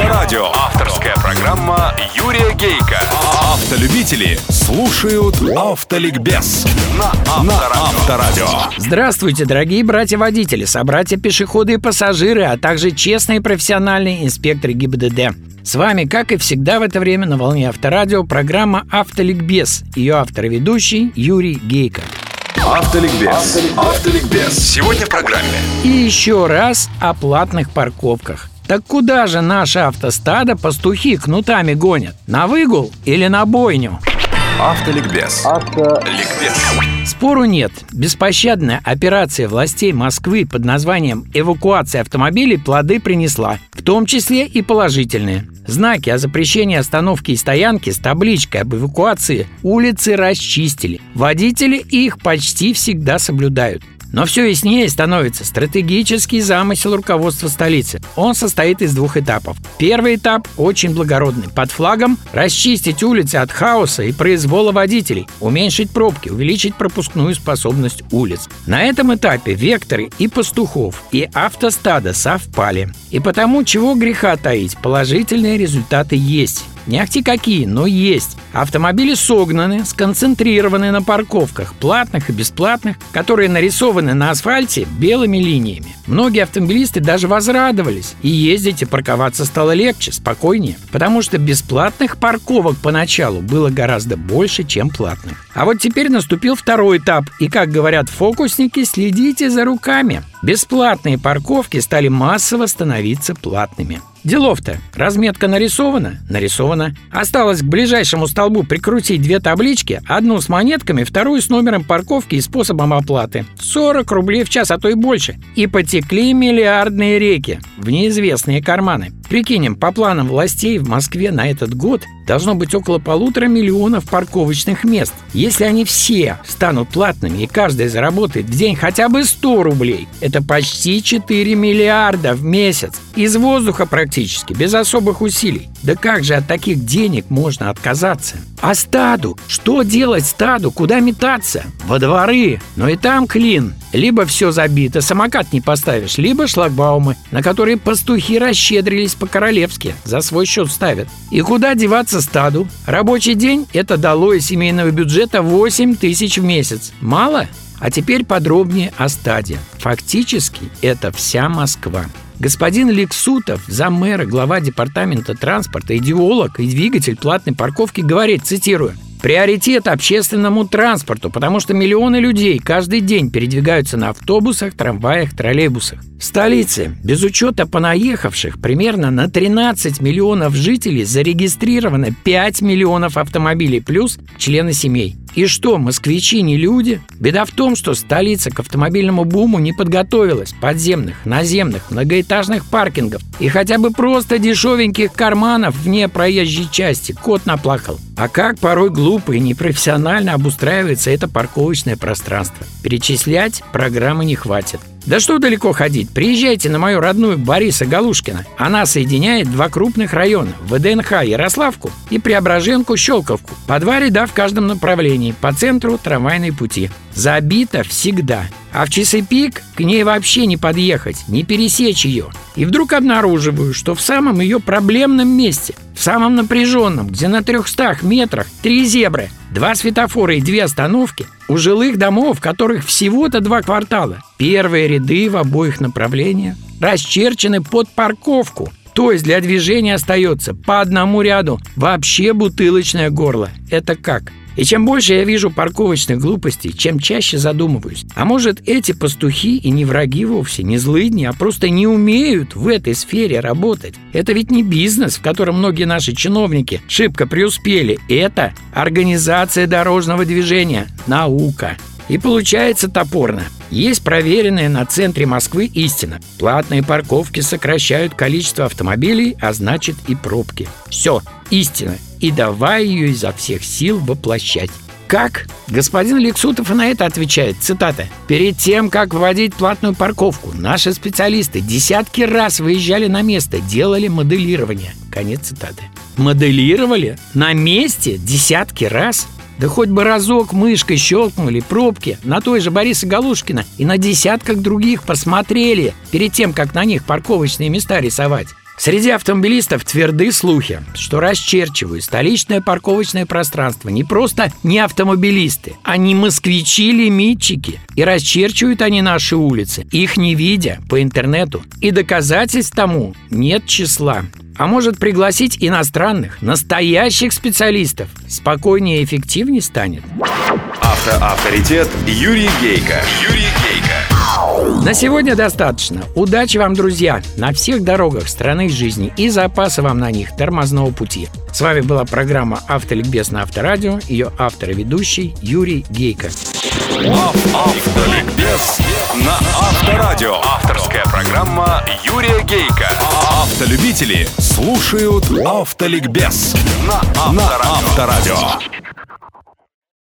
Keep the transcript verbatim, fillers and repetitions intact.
Авторадио. Авторская программа Юрия Гейка. Автолюбители слушают Автоликбез на Авторадио. Здравствуйте, дорогие братья-водители, собратья-пешеходы и пассажиры, а также честные профессиональные инспекторы ГИБДД. С вами, как и всегда в это время на волне Авторадио, программа «Автоликбез». Ее автор и ведущий Юрий Гейка. Автоликбез. Автоликбез. Сегодня в программе. И еще раз о платных парковках. Так куда же наше автостадо пастухи кнутами гонят? На выгул или на бойню? Автоликбез. Автоликбез. Спору нет. Беспощадная операция властей Москвы под названием «Эвакуация автомобилей» плоды принесла, в том числе и положительные. Знаки о запрещении остановки и стоянки с табличкой об эвакуации улицы расчистили. Водители их почти всегда соблюдают. Но все яснее становится стратегический замысел руководства столицы. Он состоит из двух этапов. Первый этап очень благородный. Под флагом расчистить улицы от хаоса и произвола водителей, уменьшить пробки, увеличить пропускную способность улиц. На этом этапе векторы и пастухов, и автостада совпали. И потому, чего греха таить, положительные результаты есть. Не ахти какие, но есть. Автомобили согнаны, сконцентрированы на парковках, платных и бесплатных, которые нарисованы на асфальте белыми линиями. Многие автомобилисты даже возрадовались, и ездить и парковаться стало легче, спокойнее, потому что бесплатных парковок поначалу было гораздо больше, чем платных. А вот теперь наступил второй этап, и, как говорят фокусники, следите за руками. Бесплатные парковки стали массово становиться платными. Делов-то. Разметка нарисована? Нарисована. Осталось к ближайшему столбу прикрутить две таблички, одну с монетками, вторую с номером парковки и способом оплаты. сорок рублей в час, а то и больше. И потекли миллиардные реки в неизвестные карманы. Прикинем, по планам властей в Москве на этот год должно быть около полутора миллионов парковочных мест. Если они все станут платными и каждый заработает в день хотя бы сто рублей, это почти четыре миллиарда в месяц. Из воздуха практически, без особых усилий. Да как же от таких денег можно отказаться? А стаду? Что делать стаду? Куда метаться? Во дворы. Но и там клин. Либо все забито, самокат не поставишь, либо шлагбаумы, на которые пастухи расщедрились по-королевски, за свой счет ставят. И куда деваться стаду? Рабочий день – это дало из семейного бюджета восемь тысяч в месяц. Мало? А теперь подробнее о стаде. Фактически это вся Москва. Господин Лексутов, заммэра, глава департамента транспорта, идеолог и двигатель платной парковки, говорит, цитирую: «Приоритет общественному транспорту, потому что миллионы людей каждый день передвигаются на автобусах, трамваях, троллейбусах. В столице, без учета понаехавших, примерно на тринадцать миллионов жителей зарегистрировано пять миллионов автомобилей, плюс члены семей. И что, москвичи не люди? Беда в том, что столица к автомобильному буму не подготовилась. Подземных, наземных, многоэтажных паркингов и хотя бы просто дешевеньких карманов вне проезжей части кот наплакал. А как порой глупо и непрофессионально обустраивается это парковочное пространство? Перечислять программы не хватит. Да что далеко ходить, приезжайте на мою родную Бориса Галушкина. Она соединяет два крупных района – ВДНХ Ярославку и Преображенку-Щелковку. По два ряда в каждом направлении, по центру трамвайные пути. Забито всегда. А в часы пик к ней вообще не подъехать, не пересечь ее. И вдруг обнаруживаю, что в самом ее проблемном месте, в самом напряженном, где на трехстах метрах три зебры, два светофора и две остановки, у жилых домов, которых всего-то два квартала, первые ряды в обоих направлениях расчерчены под парковку. То есть для движения остается по одному ряду вообще бутылочное горло. Это как? И чем больше я вижу парковочных глупостей, чем чаще задумываюсь. А может, эти пастухи и не враги вовсе, не злыдни, а просто не умеют в этой сфере работать. Это ведь не бизнес, в котором многие наши чиновники шибко преуспели. Это организация дорожного движения, наука. И получается топорно. Есть проверенная на центре Москвы истина. Платные парковки сокращают количество автомобилей, а значит и пробки. Все, истина. И давай ее изо всех сил воплощать. Как? Господин Лексутов на это отвечает, цитата: «Перед тем, как вводить платную парковку, наши специалисты десятки раз выезжали на место, делали моделирование». Конец цитаты. Моделировали? На месте? Десятки раз? Да хоть бы разок мышкой щелкнули пробки на той же Бориса Галушкина и на десятках других посмотрели перед тем, как на них парковочные места рисовать. Среди автомобилистов тверды слухи, что расчерчивают столичное парковочное пространство не просто не автомобилисты, а не москвичи-лимитчики. И расчерчивают они наши улицы, их не видя, по интернету. И доказательств тому нет числа. А может, пригласить иностранных, настоящих специалистов? Спокойнее и эффективнее станет. Автоавторитет Юрий Гейко. Юрий Гейко. На сегодня достаточно. Удачи вам, друзья, на всех дорогах страны жизни и запаса вам на них тормозного пути. С вами была программа «Автоликбез» на Авторадио. Ее автор и ведущий Юрий Гейко. Автоликбез на Авторадио. Авторская программа Юрия Гейко. Автолюбители слушают Автоликбез на Авторадио.